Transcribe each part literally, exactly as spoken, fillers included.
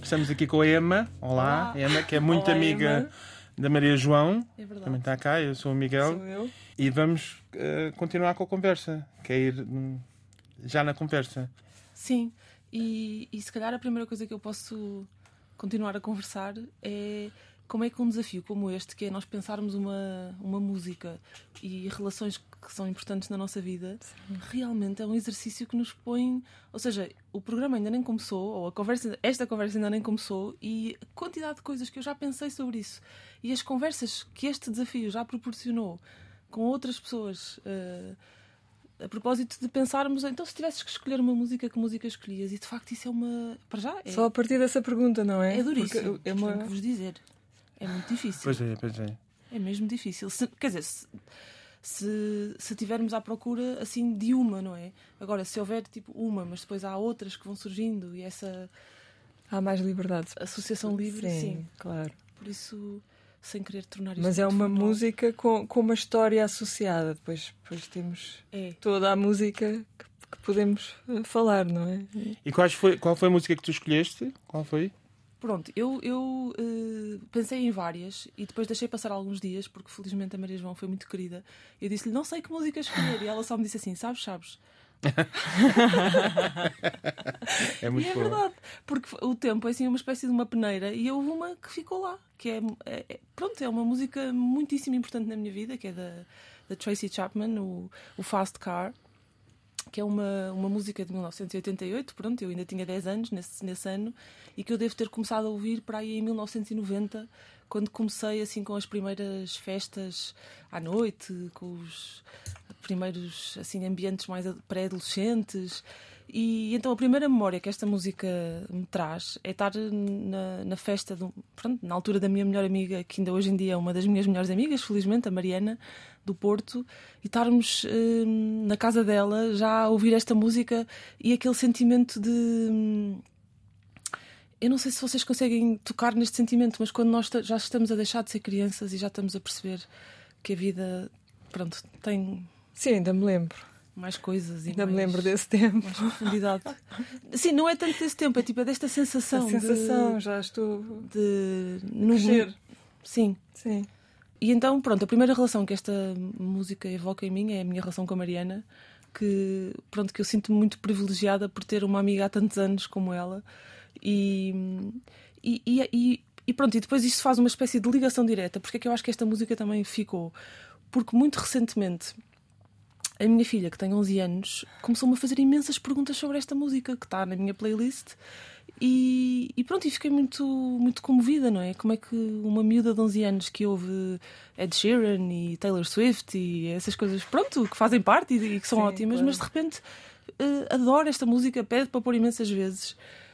Estamos aqui com a Emma. Olá, Olá. Emma, que é muito Olá, amiga Emma. da Maria João. É verdade. Também está cá, eu sou o Miguel. Sou eu. E vamos uh, continuar com a conversa. Quer ir hum, já na conversa? Sim, e, e se calhar a primeira coisa que eu posso continuar a conversar é como é que um desafio como este, que é nós pensarmos uma, uma música e relações que são importantes na nossa vida, Sim. realmente é um exercício que nos põe... Ou seja, o programa ainda nem começou, ou a conversa, esta conversa ainda nem começou, e a quantidade de coisas que eu já pensei sobre isso, e as conversas que este desafio já proporcionou com outras pessoas... Uh, a propósito de pensarmos, então se tivesses que escolher uma música, que música escolhias? E de facto isso é uma... Para já é... Só a partir dessa pergunta, não é? É duríssimo, é uma... tenho que vos dizer. É muito difícil. Pois é, pois é. É mesmo difícil. Se, quer dizer, se, se, se tivermos à procura assim de uma, não é? Agora, se houver tipo uma, mas depois há outras que vão surgindo e essa... Há mais liberdade. Associação livre, sim. Sim, claro. Por isso... sem querer tornar isto... Mas é uma formal. música com, com uma história associada. Depois, depois temos é. toda a música que, que podemos falar, não é? E quais foi, qual foi a música que tu escolheste? Qual foi? Pronto, eu, eu uh, pensei em várias e depois deixei passar alguns dias, porque felizmente a Maria João foi muito querida. Eu disse-lhe, não sei que música escolher. E ela só me disse assim, sabes, sabes? É muito e é boa. verdade, porque o tempo é assim uma espécie de uma peneira e houve uma que ficou lá, que é, é pronto, é uma música muitíssimo importante na minha vida, que é da, da Tracy Chapman, o, o Fast Car, que é uma, uma música de mil novecentos e oitenta e oito, pronto, eu ainda tinha dez anos nesse, nesse ano, e que eu devo ter começado a ouvir para aí em mil novecentos e noventa, quando comecei assim com as primeiras festas à noite, com os primeiros assim, ambientes mais pré-adolescentes. E então a primeira memória que esta música me traz é estar na, na festa, do, pronto, na altura da minha melhor amiga, que ainda hoje em dia é uma das minhas melhores amigas, felizmente, a Mariana, do Porto, e estarmos hum, na casa dela já a ouvir esta música e aquele sentimento de... Hum, eu não sei se vocês conseguem tocar neste sentimento, mas quando nós já estamos a deixar de ser crianças e já estamos a perceber que a vida, pronto, tem... Sim, ainda me lembro. Mais coisas e ainda mais, me lembro desse tempo. Mais profundidade. Sim, não é tanto desse tempo, é tipo é desta sensação. A sensação, de, já estou de crescer. Sim. Sim. E então, pronto, a primeira relação que esta música evoca em mim é a minha relação com a Mariana, que, pronto, que eu sinto-me muito privilegiada por ter uma amiga há tantos anos como ela. E, e, e, e pronto, e depois isto faz uma espécie de ligação direta. Porque é que eu acho que esta música também ficou? Porque muito recentemente a minha filha, que tem onze anos, começou-me a fazer imensas perguntas sobre esta música que está na minha playlist e, e pronto, e fiquei muito, muito comovida, não é? Como é que uma miúda de onze anos que ouve Ed Sheeran e Taylor Swift e essas coisas, pronto, que fazem parte e, e que são Sim, ótimas, claro. Mas de repente uh, adora esta música, pede para pôr imensas vezes.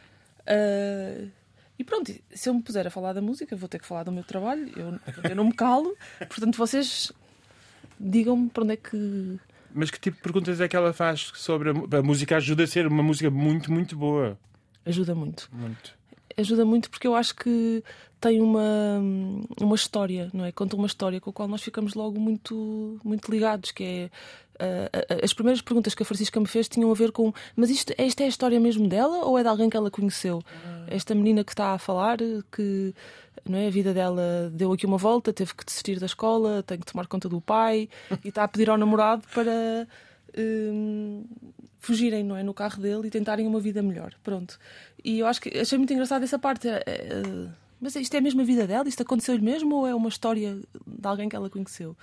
Uh, e pronto, se eu me puser a falar da música, vou ter que falar do meu trabalho, eu, eu não me calo, portanto vocês digam-me para onde é que... Mas que tipo de perguntas é que ela faz sobre a, a música? Ajuda a ser uma música muito, muito boa. Ajuda muito. Muito. Ajuda muito porque eu acho que tem uma, uma história, não é? Conta uma história com a qual nós ficamos logo muito, muito ligados, que é... Uh, as primeiras perguntas que a Francisca me fez tinham a ver com mas isto, esta é a história mesmo dela ou é de alguém que ela conheceu? Uhum. Esta menina que está a falar que não é, a vida dela deu aqui uma volta, teve que desistir da escola, tem que tomar conta do pai e está a pedir ao namorado para um, fugirem, não é, no carro dele e tentarem uma vida melhor. Pronto. E eu acho que achei muito engraçado essa parte. Uh, mas isto é mesmo a vida dela? Isto aconteceu-lhe mesmo ou é uma história de alguém que ela conheceu?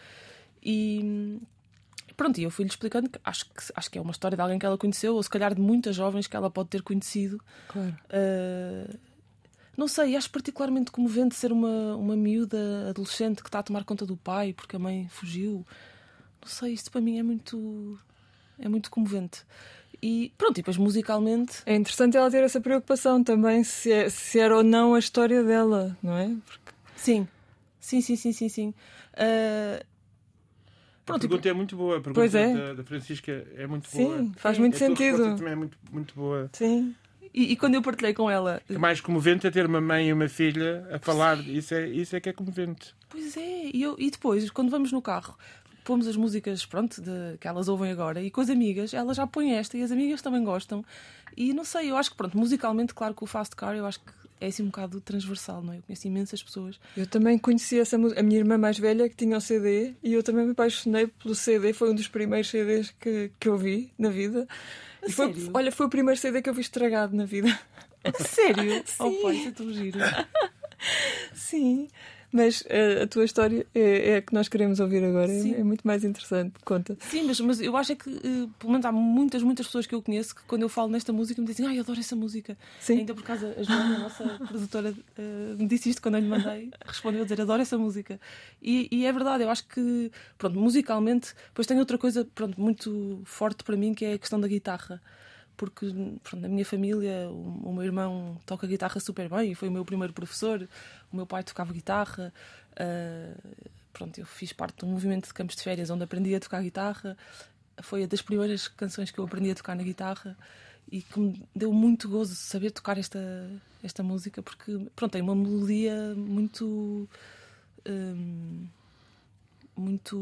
E pronto, e eu fui-lhe explicando que acho, que acho que é uma história de alguém que ela conheceu, ou se calhar de muitas jovens que ela pode ter conhecido. Claro. Uh, não sei, acho particularmente comovente ser uma, uma miúda adolescente que está a tomar conta do pai porque a mãe fugiu. Não sei, isto para mim é muito, é muito comovente. E pronto, e depois musicalmente... É interessante ela ter essa preocupação também, se, é, se era ou não a história dela, não é? Porque... Sim, sim, sim, sim, sim. sim. Uh, Pronto, a pergunta é muito boa. A pergunta pois é. da, da Francisca é muito Sim, boa. Sim, faz é. muito a sentido. A também é muito, muito boa. Sim. E, e quando eu partilhei com ela... O mais comovente é ter uma mãe e uma filha a falar. Isso é, isso é que é comovente. Pois é. E, eu, e depois, quando vamos no carro, pomos as músicas, pronto, de, que elas ouvem agora, e com as amigas, elas já põem esta e as amigas também gostam. E não sei, eu acho que, pronto, musicalmente, claro que o Fast Car, eu acho que é assim um bocado transversal, não é? Eu conheço imensas pessoas. Eu também conheci essa música, a minha irmã mais velha que tinha o C D, e eu também me apaixonei pelo C D, foi um dos primeiros C Ds que, que eu vi na vida. A E foi, sério? olha, foi o primeiro C D que eu vi estragado na vida. A sério? Sim. Oh, pai, isso é tão giro. Sim, mas uh, a tua história é, é a que nós queremos ouvir agora, é, é muito mais interessante. Conta. Sim, mas, mas eu acho é que, uh, pelo menos há muitas, muitas pessoas que eu conheço que quando eu falo nesta música me dizem: ai, eu adoro essa música. Sim. Ainda por causa, a Joana, a nossa produtora, uh, me disse isto quando eu lhe mandei, respondeu a dizer: adoro essa música. E, e é verdade, eu acho que, pronto, musicalmente, depois tem outra coisa, pronto, muito forte para mim, que é a questão da guitarra. Porque, pronto, na minha família o, o meu irmão toca guitarra super bem e foi o meu primeiro professor, o meu pai tocava guitarra, uh, pronto, eu fiz parte de um movimento de campos de férias onde aprendi a tocar guitarra, foi uma das primeiras canções que eu aprendi a tocar na guitarra e que me deu muito gozo saber tocar esta, esta música, porque, pronto, tem uma melodia muito um, muito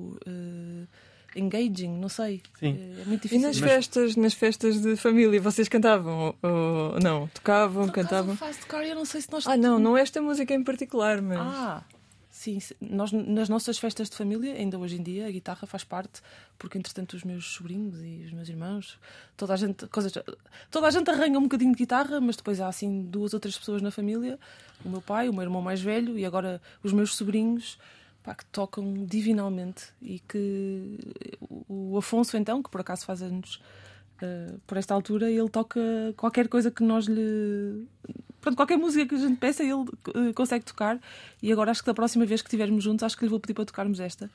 uh, engaging, não sei. Sim. É muito E difícil. nas Mas- festas, nas festas de família, vocês cantavam? Ou, ou não? Tocavam, Por acaso, cantavam? o Fast Car, eu não sei se nós... Ah, não, não esta música em particular, mas. Ah, sim, se- nós nas nossas festas de família, ainda hoje em dia, a guitarra faz parte, porque entretanto os meus sobrinhos e os meus irmãos, toda a gente, coisas, toda a gente arranha um bocadinho de guitarra, mas depois há assim duas outras pessoas na família, o meu pai, o meu irmão mais velho e agora os meus sobrinhos, pá, que tocam divinalmente. E que o o Afonso, então, que por acaso faz anos uh, por esta altura, ele toca qualquer coisa que nós lhe... Pronto, qualquer música que a gente peça, ele uh, consegue tocar. E agora acho que da próxima vez que estivermos juntos, acho que lhe vou pedir para tocarmos esta.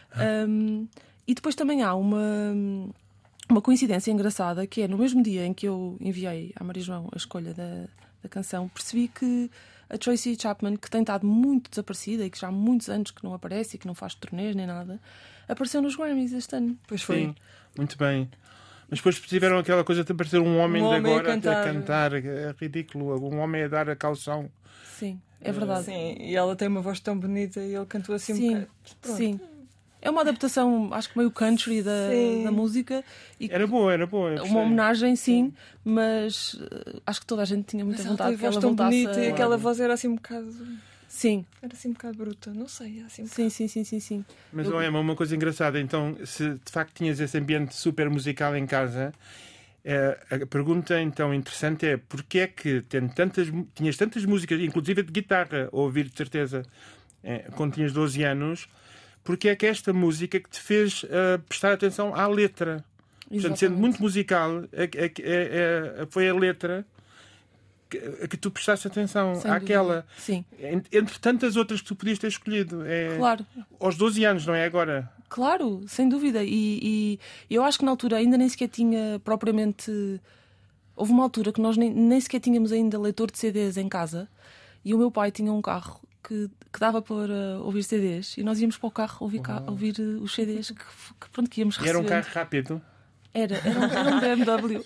Um, e depois também há uma, uma coincidência engraçada, que é no mesmo dia em que eu enviei à Maria João a escolha da, da canção, percebi que a Tracy Chapman, que tem estado muito desaparecida e que já há muitos anos que não aparece e que não faz turnês nem nada, apareceu nos Grammys este ano. Pois foi. Sim, muito bem. Mas depois tiveram aquela coisa de aparecer um homem Um de homem a agora cantar. a cantar. É ridículo. Um homem a dar a calção. Sim, é verdade. Sim, e ela tem uma voz tão bonita e ele cantou assim um Sim, bocado. Pronto. sim. É uma adaptação, acho que meio country da, Sim. da música. E Era boa, era boa. eu uma gostei. homenagem, sim, mas uh, acho que toda a gente tinha muita Mas ela tem vontade a que voz ela tão voltasse bonita a... e aquela voz era assim um bocado. Sim, Era assim um bocado bruta, não sei. Assim um sim, sim, sim, sim, sim. Mas, Eu- oh, Emma, uma coisa engraçada. Então, se de facto tinhas esse ambiente super musical em casa, eh, a pergunta então interessante é: porquê é que tendo tantas, mu- tinhas tantas músicas, inclusive de guitarra, a ouvir de certeza, eh, quando tinhas doze anos, porquê é que esta música que te fez eh, prestar atenção à letra? Portanto, sendo Exatamente. muito musical, é, é, é, é, foi a letra que, a que tu prestaste atenção, Sem àquela. dúvida. Sim, En- Entre tantas outras que tu podias ter escolhido. É, claro. aos doze anos, não é agora? Claro, sem dúvida. E, e eu acho que na altura ainda nem sequer tinha propriamente. Houve uma altura que nós nem, nem sequer tínhamos ainda leitor de C Ds em casa e o meu pai tinha um carro que, que dava para ouvir C Ds e nós íamos para o carro ouvir, ca- ouvir eh, os C Ds que, que, pronto, que íamos E era um recebendo. carro rápido. Era, era, um, era um B M W.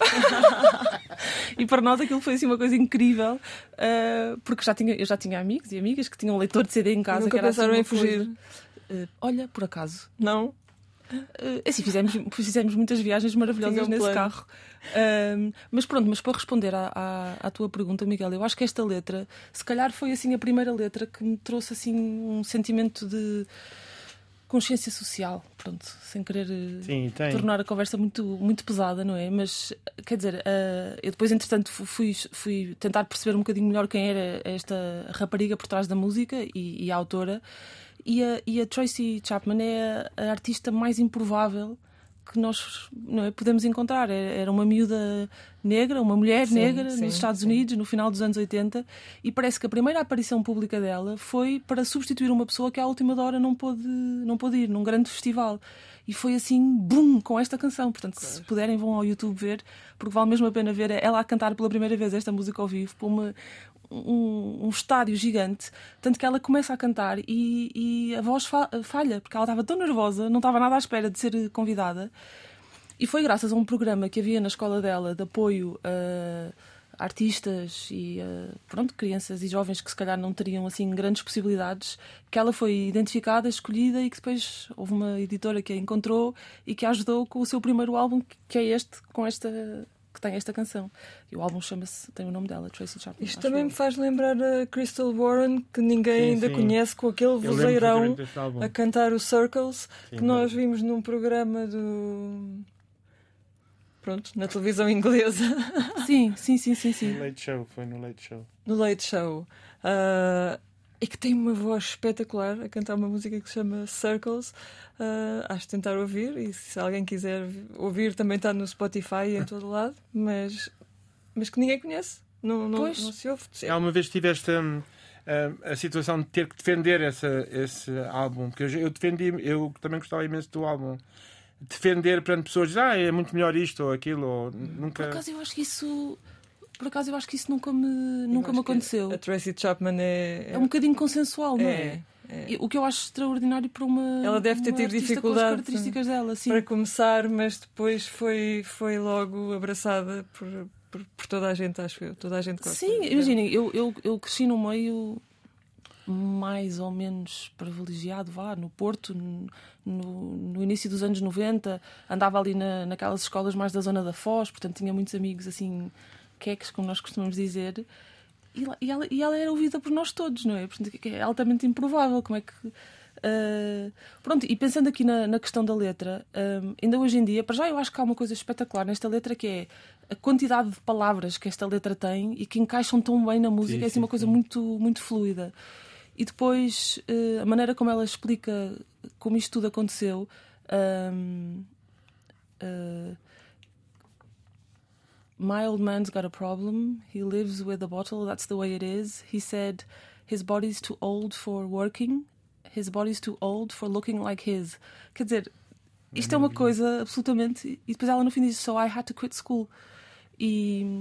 E para nós aquilo foi assim uma coisa incrível, uh, porque já tinha, eu já tinha amigos e amigas que tinham leitor de C D em casa. Nunca que era assim pensaram uma em fugir? coisa. Uh, olha, por acaso, Não? uh, assim, fizemos, fizemos muitas viagens maravilhosas Tinham nesse plano. carro. Um, mas pronto, mas para responder à, à, à tua pergunta, Miguel, eu acho que esta letra, se calhar foi assim a primeira letra que me trouxe assim um sentimento de consciência social, pronto, sem querer eh, Sim, tem. tornar a conversa muito, muito pesada, não é? Mas, quer dizer, eh, eu depois, entretanto, fu- fui, fui tentar perceber um bocadinho melhor quem era esta rapariga por trás da música e, e a autora. E a, e a Tracy Chapman é a, a artista mais improvável que nós, não é, podemos encontrar. Era era uma miúda negra, uma mulher Sim, negra sim, nos Estados sim. Unidos, no final dos anos oitenta, e parece que a primeira aparição pública dela foi para substituir uma pessoa que à última hora não pôde, não pôde ir, num grande festival. E foi assim, bum, com esta canção. Portanto, se puderem, vão ao YouTube ver, porque vale mesmo a pena ver ela a cantar pela primeira vez esta música ao vivo, para uma, um, um estádio gigante. Tanto que ela começa a cantar e, e a voz fa- falha, porque ela estava tão nervosa, não estava nada à espera de ser convidada. E foi graças a um programa que havia na escola dela de apoio a artistas e a, pronto, crianças e jovens que se calhar não teriam assim grandes possibilidades, que ela foi identificada, escolhida e que depois houve uma editora que a encontrou e que a ajudou com o seu primeiro álbum, que é este, com esta, que tem esta canção. E o álbum chama-se, tem o nome dela, Tracy Chapman. Isto também me faz lembrar a Crystal Warren, que ninguém sim, ainda sim. conhece, com aquele Eu vozeirão lembro a cantar o Circles, sim, que nós vimos num programa do... Pronto, na televisão inglesa. Sim, sim, sim, sim, sim. No Late Show, foi no Late Show. No Late Show. Uh, e que tem uma voz espetacular a cantar uma música que se chama Circles. Uh, acho de tentar ouvir, e se alguém quiser ouvir também está no Spotify e em todo lado, mas, mas que ninguém conhece. Não, não, não se ouve. Há uma vez tiveste hum, a, a situação de ter que defender essa, esse álbum, porque eu, eu defendi, eu também gostava imenso do álbum. Defender perante pessoas, ah, é muito melhor isto ou aquilo, ou nunca... Por acaso eu acho que isso... Por acaso eu acho que isso nunca me, nunca me aconteceu. A Tracy Chapman é... É um bocadinho consensual, não é? é? é. O que eu acho extraordinário para uma... Ela deve ter uma tido artista dificuldade com as características dela, sim. para começar, mas depois foi, foi logo abraçada por, por, por toda a gente, acho eu. Toda a gente gosta. Sim, imaginem, eu, eu, eu cresci num meio mais ou menos privilegiado, vá, no Porto, no, no início dos anos noventa, andava ali na, naquelas escolas mais da zona da Foz, portanto tinha muitos amigos assim, queques, como nós costumamos dizer, e, e, ela, e ela era ouvida por nós todos, não é? Portanto, é altamente improvável, como é que... Uh, pronto, e pensando aqui na, na questão da letra, um, ainda hoje em dia, para já eu acho que há uma coisa espetacular nesta letra, que é a quantidade de palavras que esta letra tem e que encaixam tão bem na música, sim, é assim, sim, uma coisa sim. muito, muito fluida. E depois, uh, a maneira como ela explica como isto tudo aconteceu. Um, uh, My old man's got a problem. He lives with a bottle. That's the way it is. He said his body's too old for working. His body's too old for looking like his. Quer dizer, isto é uma coisa absolutamente... E depois ela no fim diz, so I had to quit school. E...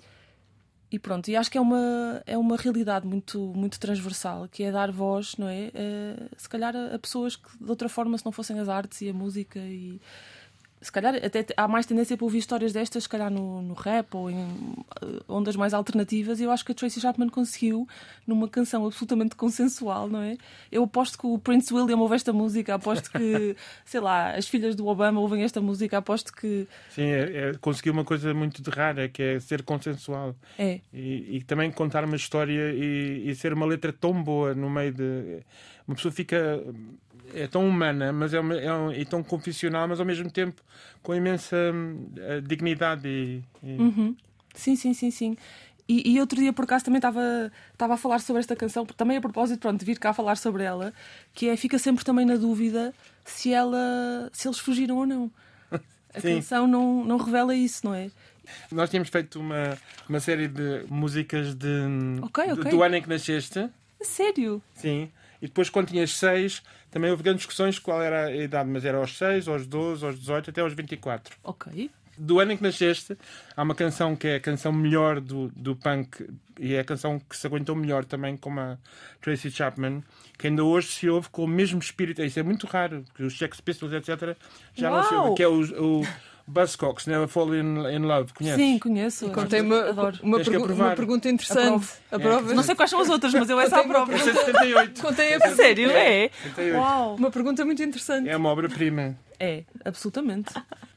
E pronto, e acho que é uma, é uma realidade muito, muito transversal, que é dar voz, não é? Uh, se calhar a, a pessoas que de outra forma, se não fossem as artes e a música, e se calhar até há mais tendência para ouvir histórias destas, se calhar no, no rap ou em uh, ondas mais alternativas, e eu acho que a Tracy Chapman conseguiu, numa canção absolutamente consensual, não é? Eu aposto que o Prince William ouve esta música, aposto que, sei lá, as filhas do Obama ouvem esta música, aposto que... Sim, é, é, conseguiu uma coisa muito de rara, que é ser consensual. É. E, e também contar uma história e, e ser uma letra tão boa no meio de... Uma pessoa fica... É tão humana, mas é, uma, é, um, é tão confessional, mas ao mesmo tempo com imensa uh, dignidade. E, e... Uhum. Sim, sim, sim, sim. E, e outro dia, por acaso, também estava, estava a falar sobre esta canção, também a propósito, pronto, de vir cá falar sobre ela, que é, fica sempre também na dúvida se, ela, se eles fugiram ou não. A sim. canção não, não revela isso, não é? Nós tínhamos feito uma, uma série de músicas de, okay, okay. do, do ano em que nasceste. Sério? Sim. E depois, quando tinhas seis, também houve grandes discussões qual era a idade, mas era aos seis, aos doze, aos dezoito, até aos vinte e quatro. Ok. Do ano em que nasceste, há uma canção que é a canção melhor do, do punk e é a canção que se aguentou melhor também, como a Tracy Chapman, que ainda hoje se ouve com o mesmo espírito. Isso é muito raro, porque os Sex Pistols, etcétera, já Uau! não se ouve, que é o... o Buzzcocks, Never Fall in, in Love, conheces? Sim, conheço. E contei uma, uma, pergu uma pergunta interessante. A prova. É. Não sei quais são as outras, mas eu essa aprovo. Essa é de setenta e oito. Contei a sério? É? é? setenta e oito. Uau. Uma pergunta muito interessante. É uma obra-prima. É, absolutamente.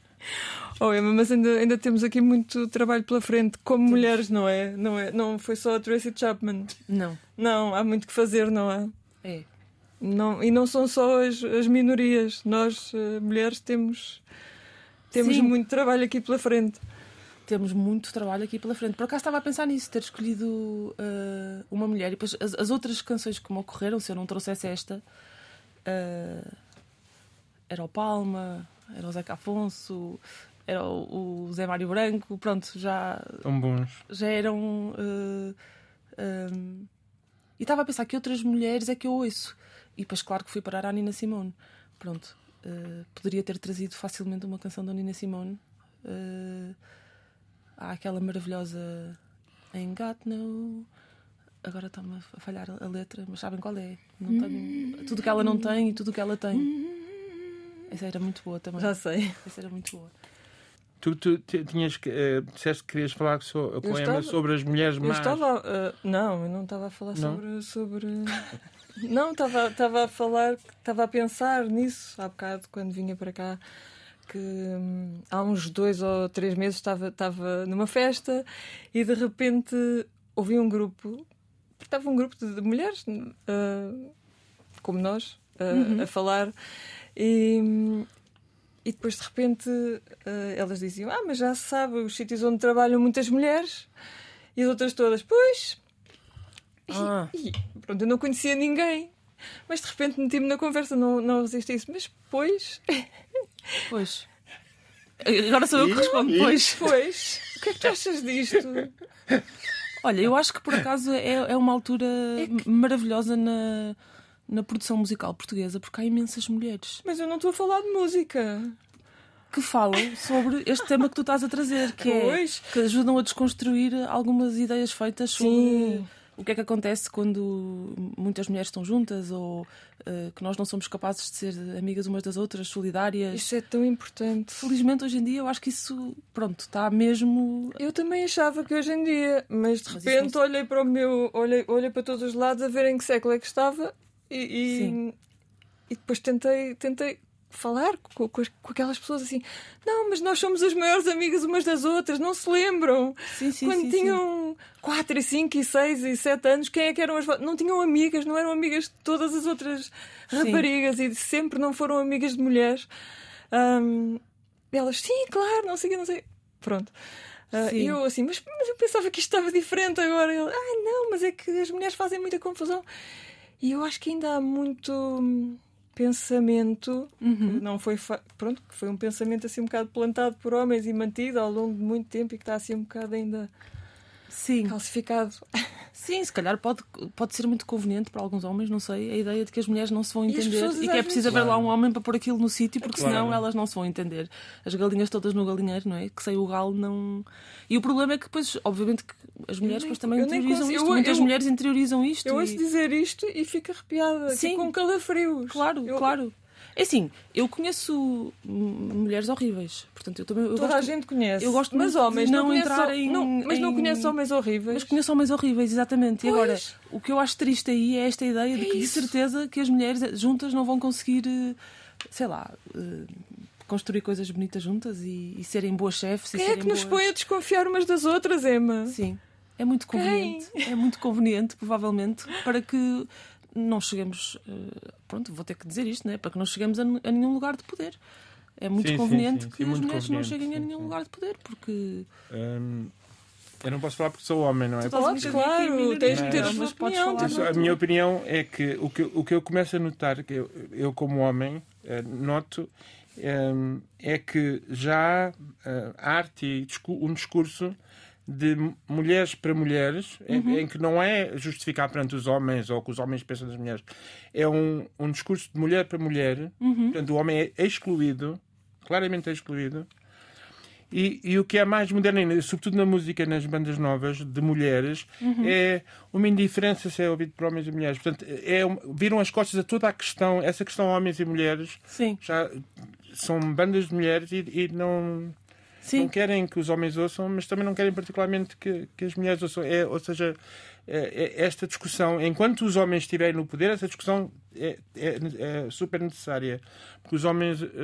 Oh, Emma, mas ainda, ainda temos aqui muito trabalho pela frente, como mulheres, não é? Não é? Não foi só a Tracy Chapman. Não. Não, há muito que fazer, não há? É. Não, e não são só as, as minorias. Nós, uh, mulheres, temos... Temos Sim. muito trabalho aqui pela frente. Temos muito trabalho aqui pela frente. Por acaso estava a pensar nisso, ter escolhido uh, uma mulher. E depois as, as outras canções que me ocorreram, se eu não trouxesse esta, uh, era o Palma, era o Zeca Afonso, era o, o Zé Mário Branco. Pronto, já... Tão bons. Já eram... Uh, um, e estava a pensar que outras mulheres é que eu ouço. E depois, claro, que fui parar à Nina Simone. Pronto. Uh, poderia ter trazido facilmente uma canção da Nina Simone. Uh, há aquela maravilhosa Ain't Got No. Agora está-me a falhar a letra, mas sabem qual é? Não tenho... Tudo que ela não tem e tudo que ela tem. Essa era muito boa também. Já sei. Essa era muito boa. Tu, tu tinhas, uh, disseste que querias falar so, com a Emma sobre as mulheres eu más. Estava, uh, não, eu não estava a falar não? sobre... sobre... Não, estava, estava a falar, estava a pensar nisso há bocado, quando vinha para cá, que hum, há uns dois ou três meses estava, estava numa festa e de repente ouvi um grupo, estava um grupo de, de mulheres uh, como nós uh, uhum. a falar e, e depois de repente uh, elas diziam: ah, mas já se sabe, os sítios onde trabalham muitas mulheres. E as outras todas: pois. Ah. E, e pronto, eu não conhecia ninguém, mas de repente meti-me na conversa, não, não resisti isso. Mas pois. Pois. Agora sou eu que respondo. Pois. Pois. O que é que tu achas disto? Olha, eu acho que por acaso é, é uma altura é que... maravilhosa na, na produção musical portuguesa, porque há imensas mulheres. Mas eu não estou a falar de música. Que falam sobre este tema que tu estás a trazer, que pois. é que ajudam a desconstruir algumas ideias feitas sobre Sim. o que é que acontece quando muitas mulheres estão juntas, ou uh, que nós não somos capazes de ser amigas umas das outras, solidárias. Isso é tão importante. Felizmente hoje em dia eu acho que isso, pronto, está mesmo... Eu também achava que hoje em dia, mas de mas repente não... olhei para o meu, olhei, olhei para todos os lados a ver em que século é que estava e, e, e depois tentei, tentei falar com, com, com aquelas pessoas assim: não, mas nós somos as maiores amigas umas das outras, não se lembram? Sim, sim, Quando sim, tinham quatro, cinco, seis e sete anos, quem é que eram as... Não tinham amigas, não eram amigas de todas as outras raparigas sim. e sempre não foram amigas de mulheres. Um, elas, sim, claro, não sei o que, não sei. Pronto. Uh, e eu assim, mas, mas eu pensava que isto estava diferente agora. Ele, ah, não, mas é que as mulheres fazem muita confusão. E eu acho que ainda há muito pensamento, uhum. não foi fa... pronto, que foi um pensamento assim um bocado plantado por homens e mantido ao longo de muito tempo e que está assim um bocado ainda Sim. calcificado. Sim, se calhar pode, pode ser muito conveniente para alguns homens, não sei, a ideia de que as mulheres não se vão entender e, e que é preciso haver lá um homem para pôr aquilo no sítio, porque claro. senão elas não se vão entender. As galinhas todas no galinheiro, não é? Que sem o galo não... E o problema é que depois, obviamente, que as mulheres depois também interiorizam isto. Eu, Muitas eu, mujeres interiorizam isto. Eu e... ouço dizer isto e fico arrepiada, Sim. fico com calafrios. Claro, eu... claro. É assim, eu conheço mulheres horríveis, portanto eu também eu toda gosto, a gente conhece, eu gosto mas homens não, não entrar conheço, em, não, mas em... não conheço homens horríveis. Mas conheço homens horríveis, exatamente. Pois. E agora, o que eu acho triste aí é esta ideia de é que de certeza que as mulheres juntas não vão conseguir, sei lá, construir coisas bonitas juntas e, e serem boas chefes. Quem e é serem que nos boas... põe a desconfiar umas das outras, Emma? Sim, é muito conveniente. Quem? É muito conveniente, provavelmente, para que não cheguemos, pronto, vou ter que dizer isto, né? Para que não cheguemos a, a nenhum lugar de poder. É muito sim, conveniente sim, sim, que sim, as mulheres não sim, cheguem a sim, nenhum sim. lugar de poder, porque... Hum, eu não posso falar porque sou homem, não é? Podes, claro, tens de ter a tua opinião. Falar, a minha opinião é que o que, o que eu começo a notar, que eu, eu como homem, noto, hum, é que já há arte e um discurso de mulheres para mulheres, uhum. em, em que não é justificar perante os homens ou o que os homens pensam das mulheres. É um, um discurso de mulher para mulher, uhum. portanto o homem é excluído, claramente excluído. E, e o que é mais moderno ainda, sobretudo na música, nas bandas novas de mulheres, uhum. é uma indiferença se é ouvido por homens e mulheres. Portanto, é, viram as costas a toda a questão, essa questão homens e mulheres. Sim. Já são bandas de mulheres e, e não... Sim. Não querem que os homens ouçam, mas também não querem particularmente que, que as mulheres ouçam. É, ou seja, é, é esta discussão, enquanto os homens estiverem no poder, essa discussão é, é, é super necessária. Porque os homens uh,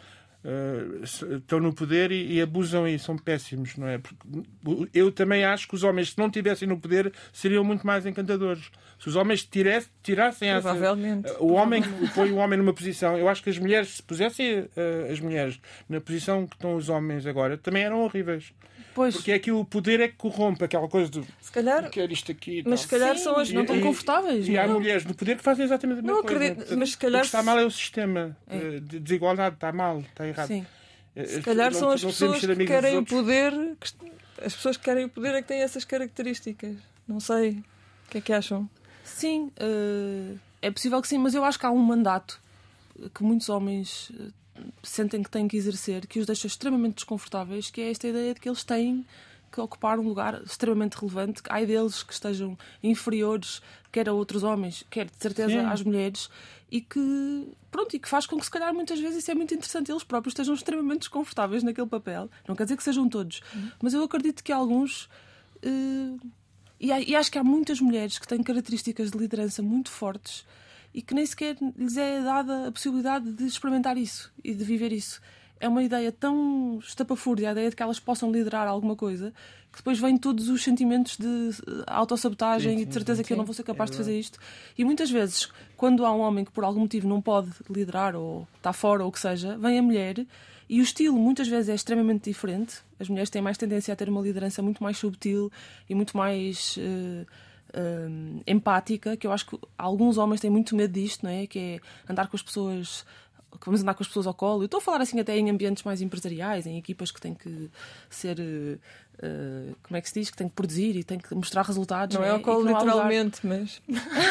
uh, estão no poder e, e abusam e são péssimos, não é? Porque eu também acho que os homens, se não estivessem no poder, seriam muito mais encantadores. Se os homens tiresse, tirassem essa, o homem põe o homem numa posição, eu acho que as mulheres, se pusessem uh, as mulheres na posição que estão os homens agora, também eram horríveis. Pois. Porque é que o poder é que corrompe, aquela coisa do se calhar, quer isto aqui. Mas se calhar Sim, são as não estão confortáveis. E, e há mulheres no poder que fazem exatamente a mesma não coisa. Acredito, Portanto, mas se calhar o que está mal é o sistema é. de desigualdade, está mal, está errado. Sim. Se calhar não, são as pessoas que querem o poder, que, as pessoas que querem o poder é que têm essas características. Não sei. O que é que acham? Sim, uh, é possível que sim, mas eu acho que há um mandato que muitos homens uh, sentem que têm que exercer, que os deixa extremamente desconfortáveis, que é esta ideia de que eles têm que ocupar um lugar extremamente relevante, que há deles que estejam inferiores, quer a outros homens, quer de certeza sim. às mulheres, e que, pronto, e que faz com que se calhar muitas vezes isso é muito interessante, eles próprios estejam extremamente desconfortáveis naquele papel. Não quer dizer que sejam todos, uhum. mas eu acredito que alguns... Uh, E, há, e acho que há muitas mulheres que têm características de liderança muito fortes e que nem sequer lhes é dada a possibilidade de experimentar isso e de viver isso. é uma ideia tão estapafúrdia, a ideia de que elas possam liderar alguma coisa, que depois vêm todos os sentimentos de autossabotagem Sim, e de sim, certeza sim, que eu não sim. vou ser capaz É de fazer isto. E muitas vezes, quando há um homem que por algum motivo não pode liderar ou está fora ou o que seja, vem a mulher e o estilo muitas vezes é extremamente diferente. As mulheres têm mais tendência a ter uma liderança muito mais subtil e muito mais uh, uh, empática, que eu acho que alguns homens têm muito medo disto, não é? Que é andar com as pessoas... que vamos andar com as pessoas ao colo. Eu estou a falar assim até em ambientes mais empresariais, em equipas que têm que ser... Uh, como é que se diz? Que têm que produzir e têm que mostrar resultados. Não não é ao colo literalmente, lugar... mas...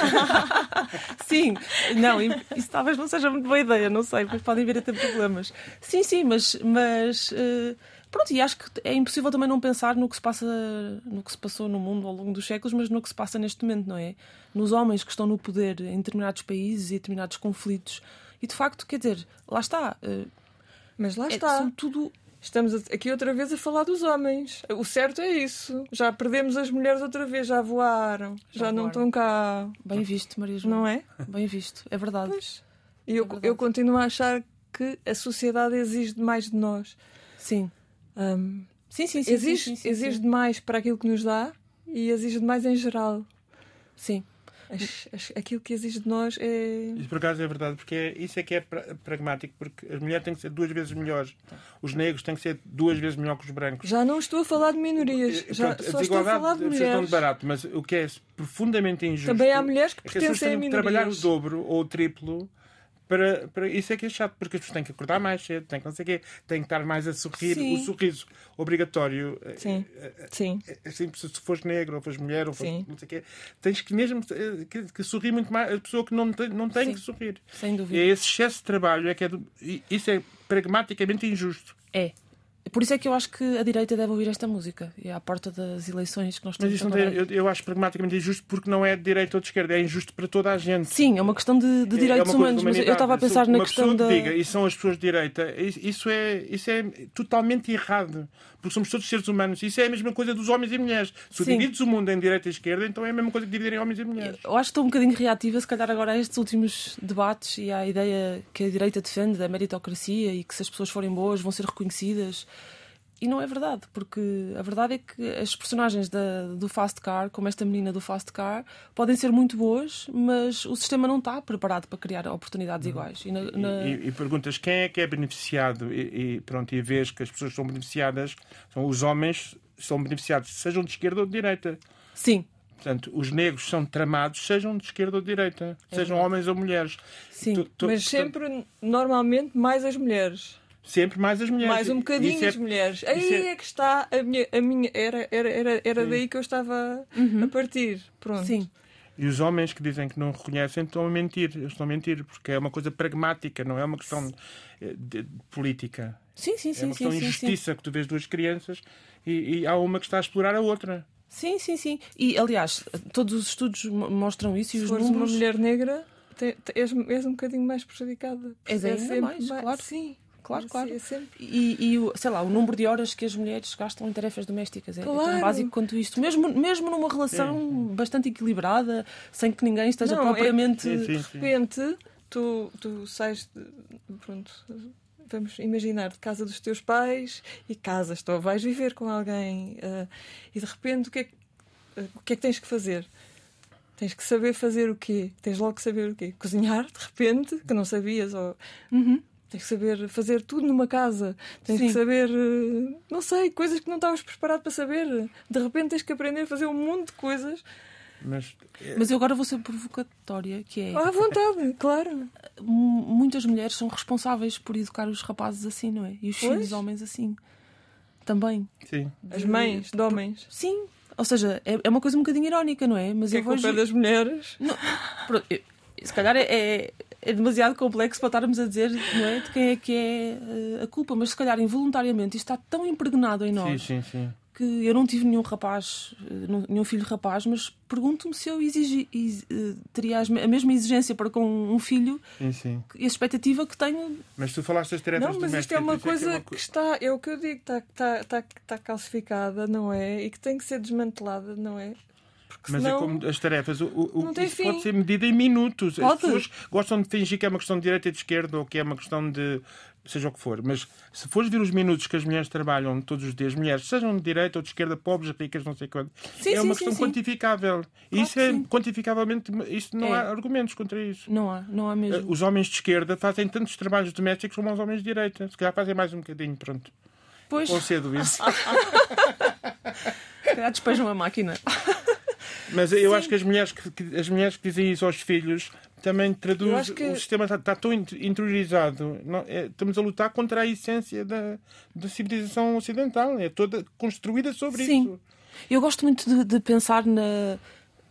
Sim, não, isso talvez não seja muito boa ideia, não sei, depois podem vir a ter problemas. Sim, sim, mas... mas uh... pronto, e acho que é impossível também não pensar no que se passa, no que se passou no mundo ao longo dos séculos, mas no que se passa neste momento, não é? Nos homens que estão no poder em determinados países e determinados conflitos. E de facto, quer dizer, lá está. Uh... Mas lá é, está. São tudo... Estamos aqui outra vez a falar dos homens. O certo é isso. Já perdemos as mulheres outra vez, já voaram, já, já não voaram. Estão cá. Bem visto, Maria João. Não é? Bem visto, é verdade. Pois. E eu, é verdade. eu continuo a achar que a sociedade exige demais de nós. Sim. Um, sim, sim, sim. Exige, sim, sim, sim, exige sim. demais para aquilo que nos dá e exige demais em geral. Sim. As, as, aquilo que exige de nós é... Isso por acaso é verdade, porque é, isso é que é pra, pragmático, porque as mulheres têm que ser duas vezes melhores, os negros têm que ser duas vezes melhor que os brancos. Já não estou a falar de minorias, já Pronto, só estou a falar de mulheres. Tão de barato, mas o que é profundamente injusto... Também há mulheres que é que as pessoas pertencem a têm que minorias. trabalhar o dobro ou o triplo. Para, para, isso é que é chato, porque as pessoas têm que acordar mais cedo, têm que não sei o quê, têm que estar mais a sorrir. Sim. O sorriso obrigatório. Sim. Sim. Assim, se fores negro, ou fores mulher, ou fores Sim. não sei o quê, tens que mesmo que, que sorrir muito mais. A pessoa que não tem, não tem que sorrir. Sem dúvida. E esse excesso de trabalho é que é do, isso é pragmaticamente injusto. É. Por isso é que eu acho que a direita deve ouvir esta música. E é à porta das eleições que nós temos. Mas isso não tem, eu, eu acho pragmaticamente injusto porque não é de direita ou de esquerda, é injusto para toda a gente. Sim, é uma questão de, de direitos é humanos, mas eu estava a pensar uma na questão que da... diga, e são as pessoas de direita, isso é, isso é totalmente errado, porque somos todos seres humanos. Isso é a mesma coisa dos homens e mulheres. Se Sim. divides o mundo em direita e esquerda, então é a mesma coisa que dividirem homens e mulheres. Eu acho que estou um bocadinho reativa, se calhar agora a estes últimos debates e à ideia que a direita defende da meritocracia e que se as pessoas forem boas vão ser reconhecidas. E não é verdade, porque a verdade é que as personagens da, do Fast Car, como esta menina do Fast Car, podem ser muito boas, mas o sistema não está preparado para criar oportunidades não. iguais. E, na, na... E, e, e perguntas quem é que é beneficiado e, e pronto, e vês que as pessoas são beneficiadas, são os homens são beneficiados, sejam de esquerda ou de direita. Sim. Portanto, os negros são tramados, sejam de esquerda ou de direita, é sejam verdade. Homens ou mulheres. Sim. Tu, tu, mas tu, sempre, normalmente, mais as mulheres. Sempre mais as mulheres. Mais um bocadinho é, as mulheres. Aí é... é que está a minha... A minha era era, era, era daí que eu estava uhum. a partir. Pronto. Sim. E os homens que dizem que não reconhecem estão a mentir. Eles estão a mentir, porque é uma coisa pragmática, não é uma questão de, de, de política. Sim, sim, sim. É uma questão sim, de sim, injustiça, sim. que tu vês duas crianças e, e há uma que está a explorar a outra. Sim, sim, sim. E, aliás, todos os estudos mostram isso e Se os fores números... uma mulher negra, te, te, és, és um bocadinho mais prejudicada. És é ainda sempre mais, mais, claro. Sim. Claro, claro. É sempre... E, e o, sei lá, o número de horas que as mulheres gastam em tarefas domésticas é, claro. é tão básico quanto isto. Mesmo, mesmo numa relação sim, sim. bastante equilibrada, sem que ninguém esteja não, propriamente... É, sim, sim, sim. De repente, tu, tu sais... De, pronto, vamos imaginar, de casa dos teus pais e casas, tu vais viver com alguém uh, e de repente o que, é que, uh, o que é que tens que fazer? Tens que saber fazer o quê? Tens logo que saber o quê? Cozinhar, de repente, que não sabias, ou... Uhum. Tens que saber fazer tudo numa casa. Tens Sim. que saber, não sei, coisas que não estavas preparado para saber. De repente tens que aprender a fazer um monte de coisas. Mas, Mas eu agora vou ser provocatória, que é... À vontade, claro. Muitas mulheres são responsáveis por educar os rapazes assim, não é? E os pois. filhos homens assim. Também. Sim. As mães de homens. Sim. Ou seja, é, é uma coisa um bocadinho irónica, não é? Mas que eu é culpa vejo... das mulheres. Não, eu, se calhar é, é, é demasiado complexo para estarmos a dizer, não é, de quem é que é uh, a culpa, mas se calhar involuntariamente isto está tão impregnado em nós sim, sim, sim. que eu não tive nenhum rapaz, uh, nenhum filho rapaz, mas pergunto-me se eu exigi, ex, uh, teria a mesma exigência para com um filho sim, sim. e a expectativa que tenho. Mas tu falaste das tarefas domésticas. Não, mas isto é uma coisa é que, é uma... que está, é o que eu digo, está, está, está, está calcificada, não é? E que tem que ser desmantelada, não é? Porque mas senão, é como as tarefas, o, o, não tem isso fim. Pode ser medida em minutos. Pode. As pessoas gostam de fingir que é uma questão de direita e de esquerda ou que é uma questão de, seja o que for. Mas se fores ver os minutos que as mulheres trabalham todos os dias, mulheres, sejam de direita ou de esquerda, pobres, ricas, não sei quanto, sim, é sim, uma sim, questão sim. quantificável. Claro E isso é sim. quantificavelmente. Isso não É. há argumentos contra isso. Não há, não há mesmo. Os homens de esquerda fazem tantos trabalhos domésticos como os homens de direita. Se calhar fazem mais um bocadinho, pronto. Pois. Concedo isso. Se calhar despejam a máquina. Mas eu Sim. acho que as mulheres que, que as mulheres que dizem isso aos filhos também traduz que... o sistema está, está tão interiorizado. Não, é, estamos a lutar contra a essência da, da civilização ocidental. É toda construída sobre Sim. isso. Eu gosto muito de, de pensar na...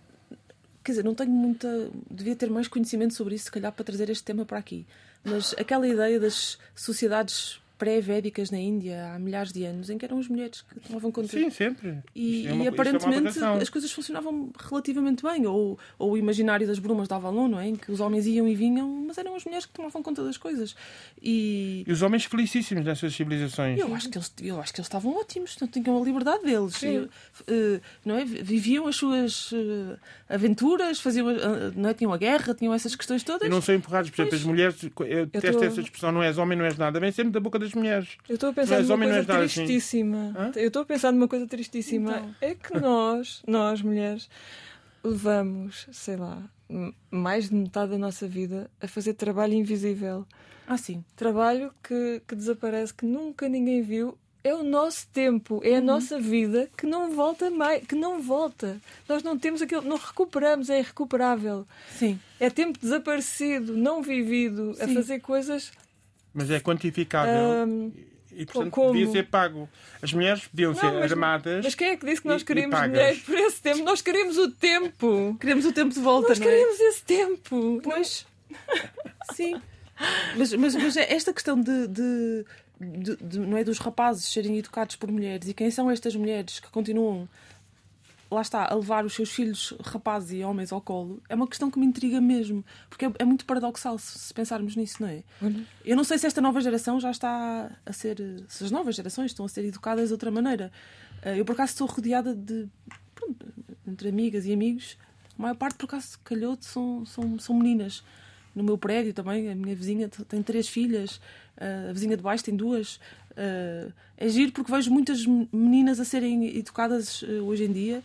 Quer dizer, não tenho muita... Devia ter mais conhecimento sobre isso, se calhar, para trazer este tema para aqui. Mas aquela ideia das sociedades pré-védicas na Índia, há milhares de anos, em que eram as mulheres que tomavam conta. Sim, sempre. E, é uma, e aparentemente é uma as coisas funcionavam relativamente bem. Ou, ou o imaginário das brumas de Avalon, não é? Em que os homens iam e vinham, mas eram as mulheres que tomavam conta das coisas. E, e os homens felicíssimos nessas civilizações. eu acho que eles, eu acho que eles estavam ótimos, não tinham a liberdade deles. E, uh, não é? Viviam as suas uh, aventuras, faziam, uh, não é? Tinham a guerra, tinham essas questões todas. E não são empurrados. Por exemplo, Pois. as mulheres, eu detesto tô... essa expressão, não és homem, não és nada. Vem sempre da boca das mulheres. Eu estou a pensar Mas numa homem não coisa és nada assim. tristíssima. Hã? Eu estou a pensar numa coisa tristíssima. Então. É que nós, nós mulheres, levamos, sei lá, m- mais de metade da nossa vida a fazer trabalho invisível. Ah, sim. Trabalho que, que desaparece, que nunca ninguém viu. É o nosso tempo, é a Uhum. nossa vida que não volta mais, que não volta. Nós não temos aquilo, não recuperamos, é irrecuperável. Sim. É tempo desaparecido, não vivido, a Sim. fazer coisas. Mas é quantificável. hum, E, portanto, como? devia ser pago. As mulheres deviam ser Não, mas- armadas. Mas quem é que disse que nós e- e queríamos pagas. mulheres por esse tempo? Nós queríamos o tempo. Queremos o tempo de volta, Nós não é? queríamos esse tempo. Pois. Sim. Mas, mas, mas esta questão de, de, de, de- não é, dos rapazes serem educados por mulheres, e quem são estas mulheres que continuam, lá está, a levar os seus filhos rapazes e homens ao colo, é uma questão que me intriga mesmo, porque é, é muito paradoxal se, se pensarmos nisso, não é? Eu não sei se esta nova geração já está a ser, se as novas gerações estão a ser educadas de outra maneira. Eu, por acaso, estou rodeada de, pronto, entre amigas e amigos, a maior parte, por acaso, calhou são, são, são meninas. No meu prédio também, a minha vizinha tem três filhas, a vizinha de baixo tem duas. É giro porque vejo muitas meninas a serem educadas hoje em dia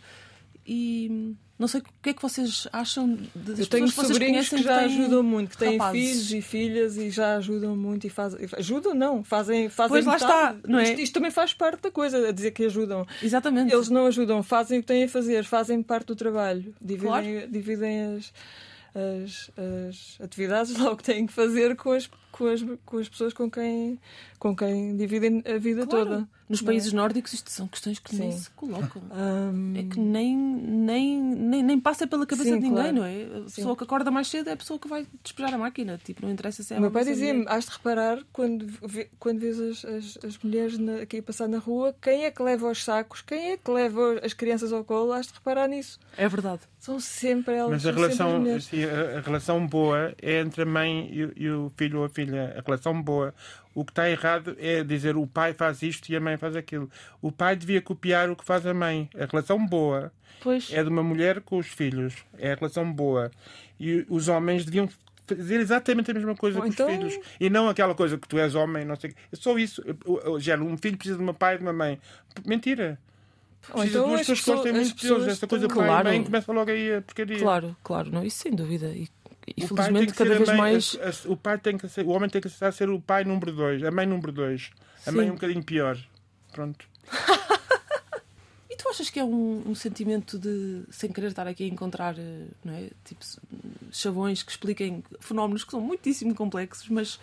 e não sei o que é que vocês acham das Eu tenho pessoas que vocês sobrinhos conhecem que já têm ajudam muito, que têm rapazes. filhos e filhas e já ajudam muito e fazem. Ajudam, não, fazem. fazem Pois, lá metade. está, não é? Isto, isto também faz parte da coisa, a dizer que ajudam. Exatamente. Eles não ajudam, fazem o que têm a fazer, fazem parte do trabalho, dividem, Claro. dividem as, as, as atividades lá o que têm que fazer com as, com as, com as pessoas com quem, com quem dividem a vida Claro. toda. Nos não países é? nórdicos isto são questões que nem Sim. se colocam. Hum, É que nem, nem, nem, nem passa pela cabeça Sim, de ninguém, claro. não é? A Sim. pessoa que acorda mais cedo é a pessoa que vai despejar a máquina. Tipo, não interessa se é O meu homem, pai se é dizia-me, mulher. has de reparar quando, vê- quando vês as, as, as mulheres na, aqui a passar na rua, quem é que leva os sacos, quem é que leva as crianças ao colo, has de reparar nisso. É verdade. São sempre elas. Mas a são sempre as relação, mulheres. assim, a, a relação boa é entre a mãe e, o- e o filho ou a filha. A relação boa. O que está errado é dizer o pai faz isto e a mãe faz aquilo. O pai devia copiar o que faz a mãe. A relação boa Pois. é de uma mulher com os filhos. É a relação boa. E os homens deviam fazer exatamente a mesma coisa Ou com então- os filhos. E não aquela coisa que tu és homem, não sei o quê. É só isso. Já um filho precisa de uma pai e de uma mãe. Mentira. Ou Precisa então de duas as pessoas que gostem pessoas- as muito de Deus. pessoas Esta coisa estão- pai Claro. e mãe começa logo aí a porcaria. Claro, claro, não, isso sem dúvida. E, e O pai tem felizmente que cada ser a vez mãe- mais. a- a- o pai tem que ser, o homem tem que estar a ser o pai número dois, a mãe número dois. A Sim. mãe é um bocadinho pior. Pronto. E tu achas que é um, um sentimento de, sem querer estar aqui a encontrar, eh, não é? Tipo, chavões que expliquem fenómenos que são muitíssimo complexos, mas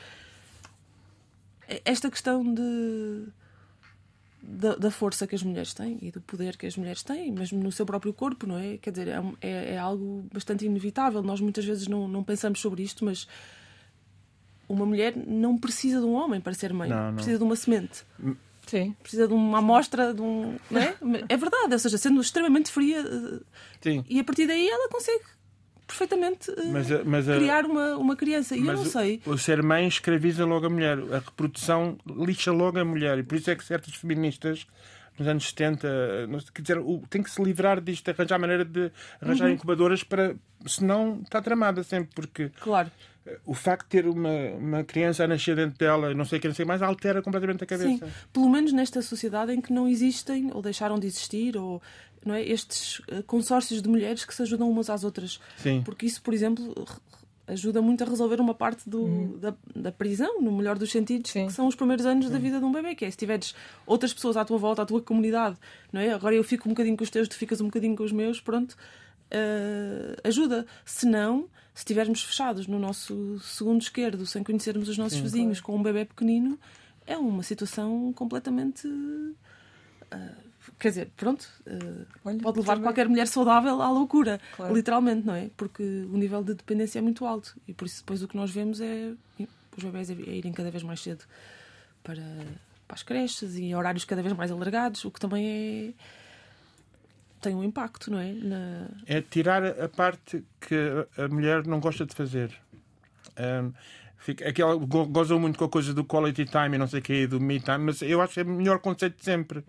esta questão de da, da força que as mulheres têm e do poder que as mulheres têm, mesmo no seu próprio corpo, não é? Quer dizer, é, um- é, é algo bastante inevitável. Nós muitas vezes não, não pensamos sobre isto, mas uma mulher não precisa de um homem para ser mãe. Não, não. Precisa de uma semente. Sim. Precisa de uma amostra, de um. Não é? É verdade, ou seja, sendo extremamente fria, eh, Sim. e a partir daí ela consegue perfeitamente eh, Mas, a- mas a- criar uma, uma criança. E eu mas não o- sei. O ser mãe escraviza logo a mulher. A reprodução lixa logo a mulher. E por isso é que certas feministas nos anos setenta. Quer dizer, o, tem que se livrar disto, arranjar maneira de arranjar uhum. incubadoras para... Senão está tramada sempre, porque... Claro. O facto de ter uma, uma criança a nascer dentro dela, não sei o que, não sei mais, altera completamente a cabeça. Sim, pelo menos nesta sociedade em que não existem, ou deixaram de existir, ou não é, estes consórcios de mulheres que se ajudam umas às outras. Sim. Porque isso, por exemplo, ajuda muito a resolver uma parte do, uhum. da, da prisão, no melhor dos sentidos, Sim. que são os primeiros anos Sim. da vida de um bebê, que é se tiveres outras pessoas à tua volta, à tua comunidade, não é? Agora eu fico um bocadinho com os teus, tu ficas um bocadinho com os meus, pronto, uh, ajuda. Se não... Se estivermos fechados no nosso segundo esquerdo, sem conhecermos os nossos Sim, vizinhos, claro. Com um bebê pequenino, é uma situação completamente... Uh, quer dizer, pronto, uh, Olha, pode levar também. Qualquer mulher saudável à loucura, claro. Literalmente, não é? Porque o nível de dependência é muito alto. E por isso depois o que nós vemos é os bebés a irem cada vez mais cedo para, para as creches e horários cada vez mais alargados, o que também é... tem um impacto, não é? Na... É tirar a parte que a mulher não gosta de fazer. Um, fica, aquela, gozam muito com a coisa do quality time e não sei o que, do me time, mas eu acho que é o melhor conceito de sempre.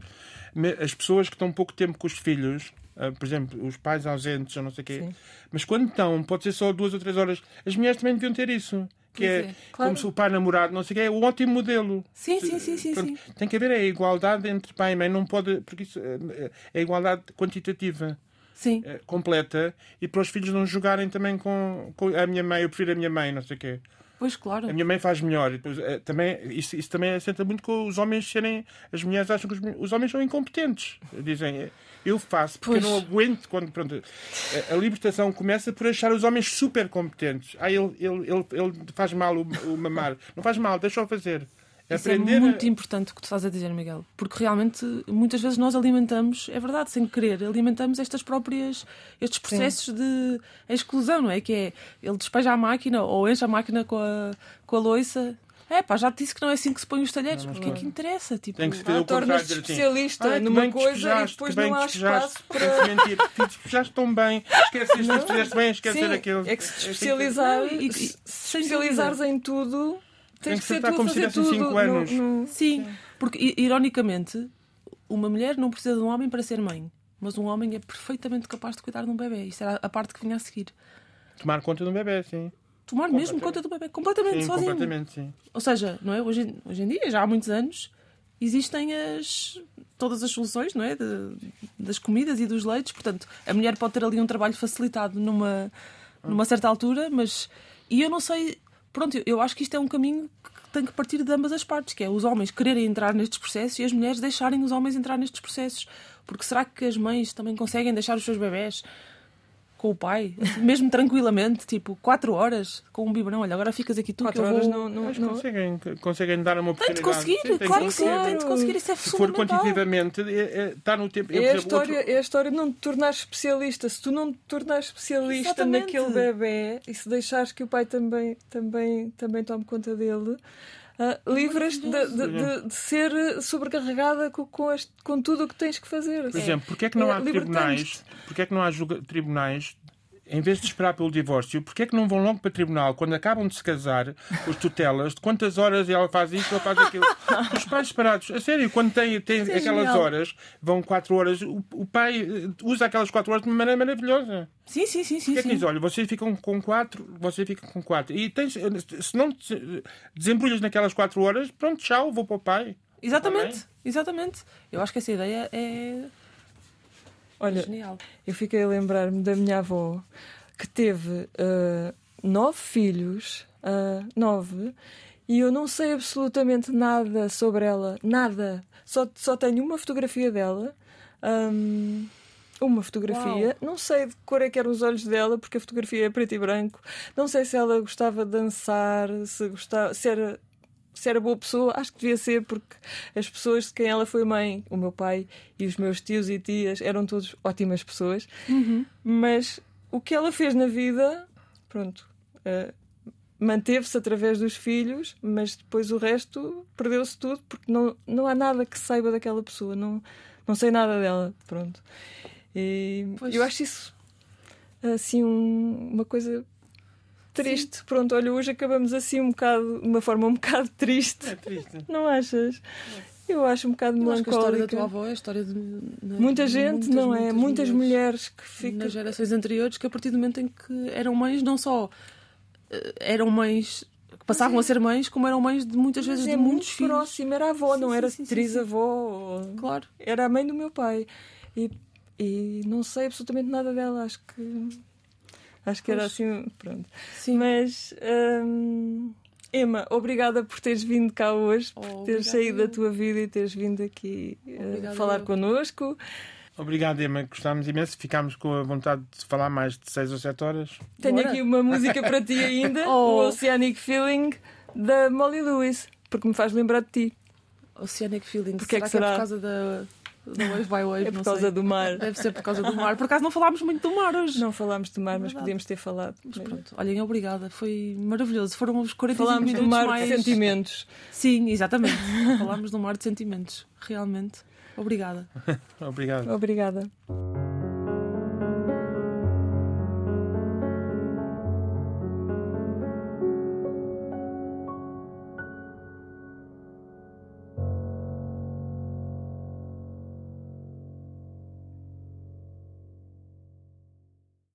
As pessoas que estão pouco tempo com os filhos, uh, por exemplo, os pais ausentes ou não sei o quê, mas quando estão, pode ser só duas ou três horas, as mulheres também deviam ter isso. Que é, é claro. Como se o pai namorado, não sei o que, é um ótimo modelo. Sim, sim, sim, sim, Portanto, sim. Tem que haver a igualdade entre pai e mãe, não pode, porque isso é a igualdade quantitativa. Sim. É, completa, e para os filhos não jogarem também com, com a minha mãe, eu prefiro a minha mãe, não sei o quê. Pois, claro. A minha mãe faz melhor. E depois, é, também, isso, isso também assenta muito com os homens serem. As mulheres acham que os, os homens são incompetentes. Dizem, eu faço, porque pois. Eu não aguento quando. Pronto, a, a libertação começa por achar os homens super competentes. Ah, ele, ele, ele, ele faz mal o, o mamar. Não faz mal, deixa-o fazer. Isso é muito a... importante o que tu estás a dizer, Miguel, porque realmente muitas vezes nós alimentamos, é verdade, sem querer, alimentamos estas próprias, estes processos Sim. de exclusão, não é? Que é, ele despeja a máquina ou enche a máquina com a, com a loiça. É pá, já te disse que não é assim que se põe os talheres, porque é que interessa? Tipo, tem que se ah, tornas-te especialista assim, numa coisa e depois não há espaço para... mentir. Tu despejaste tão bem, esquece isto, tu fizeste bem, esquecer aquilo. É que se especializar, e, e, se especializares em tudo... Tem que ser como se tivessem cinco anos. No, no... Sim, porque, ironicamente, uma mulher não precisa de um homem para ser mãe, mas um homem é perfeitamente capaz de cuidar de um bebê. Isso era a parte que vinha a seguir. Tomar conta de um bebê, sim. Tomar mesmo conta do bebê, completamente sim, sozinho. Completamente, sim. Ou seja, não é? hoje, hoje em dia, já há muitos anos, existem as, todas as soluções, não é? De, das comidas e dos leites. Portanto, a mulher pode ter ali um trabalho facilitado numa, numa certa altura, mas... E eu não sei... Pronto, eu acho que isto é um caminho que tem que partir de ambas as partes, que é os homens quererem entrar nestes processos e as mulheres deixarem os homens entrar nestes processos. Porque será que as mães também conseguem deixar os seus bebés com o pai, assim, mesmo tranquilamente, tipo, quatro horas com um biberão? Olha, agora ficas aqui tu quatro que eu horas vou... não, não, Mas não... Conseguem, conseguem dar uma oportunidade. Tem de conseguir, sim, tem claro que sim, tem de conseguir, isso é se for quantitativamente, é, é, está no tempo... É, a história, outro... é a história de não te tornares especialista. Se tu não te tornares especialista Exatamente. Naquele bebê e se deixares que o pai também, também, também tome conta dele... Uh, livras-te de, de, de, de ser sobrecarregada com, com, este, com tudo o que tens que fazer. Por exemplo, porque é que não é, há tribunais, porque é que não há julga, tribunais, em vez de esperar pelo divórcio, porque é que não vão logo para tribunal quando acabam de se casar, os tutelas, de quantas horas ela faz isto ou faz aquilo? Os pais separados, a sério, quando têm tem aquelas genial. Horas, vão quatro horas, o, o pai usa aquelas quatro horas de uma maneira maravilhosa. Sim, sim, sim. sim, porque é que diz, olha, vocês ficam com quatro, você fica com quatro. E tens, se não desembrulhas naquelas quatro horas, pronto, tchau, vou para o pai. Exatamente, exatamente. Eu acho que essa ideia é... Olha, genial. Eu fiquei a lembrar-me da minha avó que teve uh, nove filhos, uh, nove, e eu não sei absolutamente nada sobre ela, nada. Só, só tenho uma fotografia dela, um, uma fotografia. Uau. Não sei de que cor é que eram os olhos dela, porque a fotografia é preto e branco. Não sei se ela gostava de dançar, se, gostava, se era... Se era boa pessoa, acho que devia ser, porque as pessoas de quem ela foi mãe, o meu pai e os meus tios e tias, eram todos ótimas pessoas. Uhum. Mas o que ela fez na vida, pronto, uh, manteve-se através dos filhos, mas depois o resto perdeu-se tudo, porque não, não há nada que saiba daquela pessoa, não, não sei nada dela, pronto. E pois. Eu acho isso assim um, uma coisa... triste. Sim. Pronto, olha, hoje acabamos assim um bocado, de uma forma um bocado triste. É triste. Não achas? Eu acho um bocado Eu acho que a história da melancólica. tua avó é a história de né, Muita gente, muitas, não é? Muitas mulheres, que nas ficam. gerações anteriores que a partir do momento em que eram mães, não só eh, eram mães que passavam a ser mães, como eram mães de muitas vezes Mas de é muitos muito filhos. próxima, era a avó, Sim, não sim, era sim, sim, trisavó. ou- Claro. Era a mãe do meu pai. E, e não sei absolutamente nada dela, acho que. Acho que era Pois. assim. Pronto. Sim. Mas. hum, Emma, obrigada por teres vindo cá hoje, por Oh, teres obrigada saído da eu. tua vida e teres vindo aqui eh, Obrigada falar eu. connosco. Obrigado, Emma. Gostámos imenso. Ficámos com a vontade de falar mais de seis ou sete horas. Tenho Bora. aqui uma música para ti ainda, Oh. o Oceanic Feeling, da Molly Lewis, porque me faz lembrar de ti. Oceanic Feeling. Porque é será que que é será? por causa da, da Wave by Wave? É por Não causa sei. do mar. Deve ser por causa do mar. Por acaso não falámos muito do mar hoje. Não falámos do mar, mas Verdade. podíamos ter falado. Mas pronto, olhem, obrigada. Foi maravilhoso. Foram os quarenta e cinco Falámos do minutos mar mais... de sentimentos. Sim, exatamente. Falámos do mar de sentimentos. Realmente. Obrigada. Obrigado. Obrigada.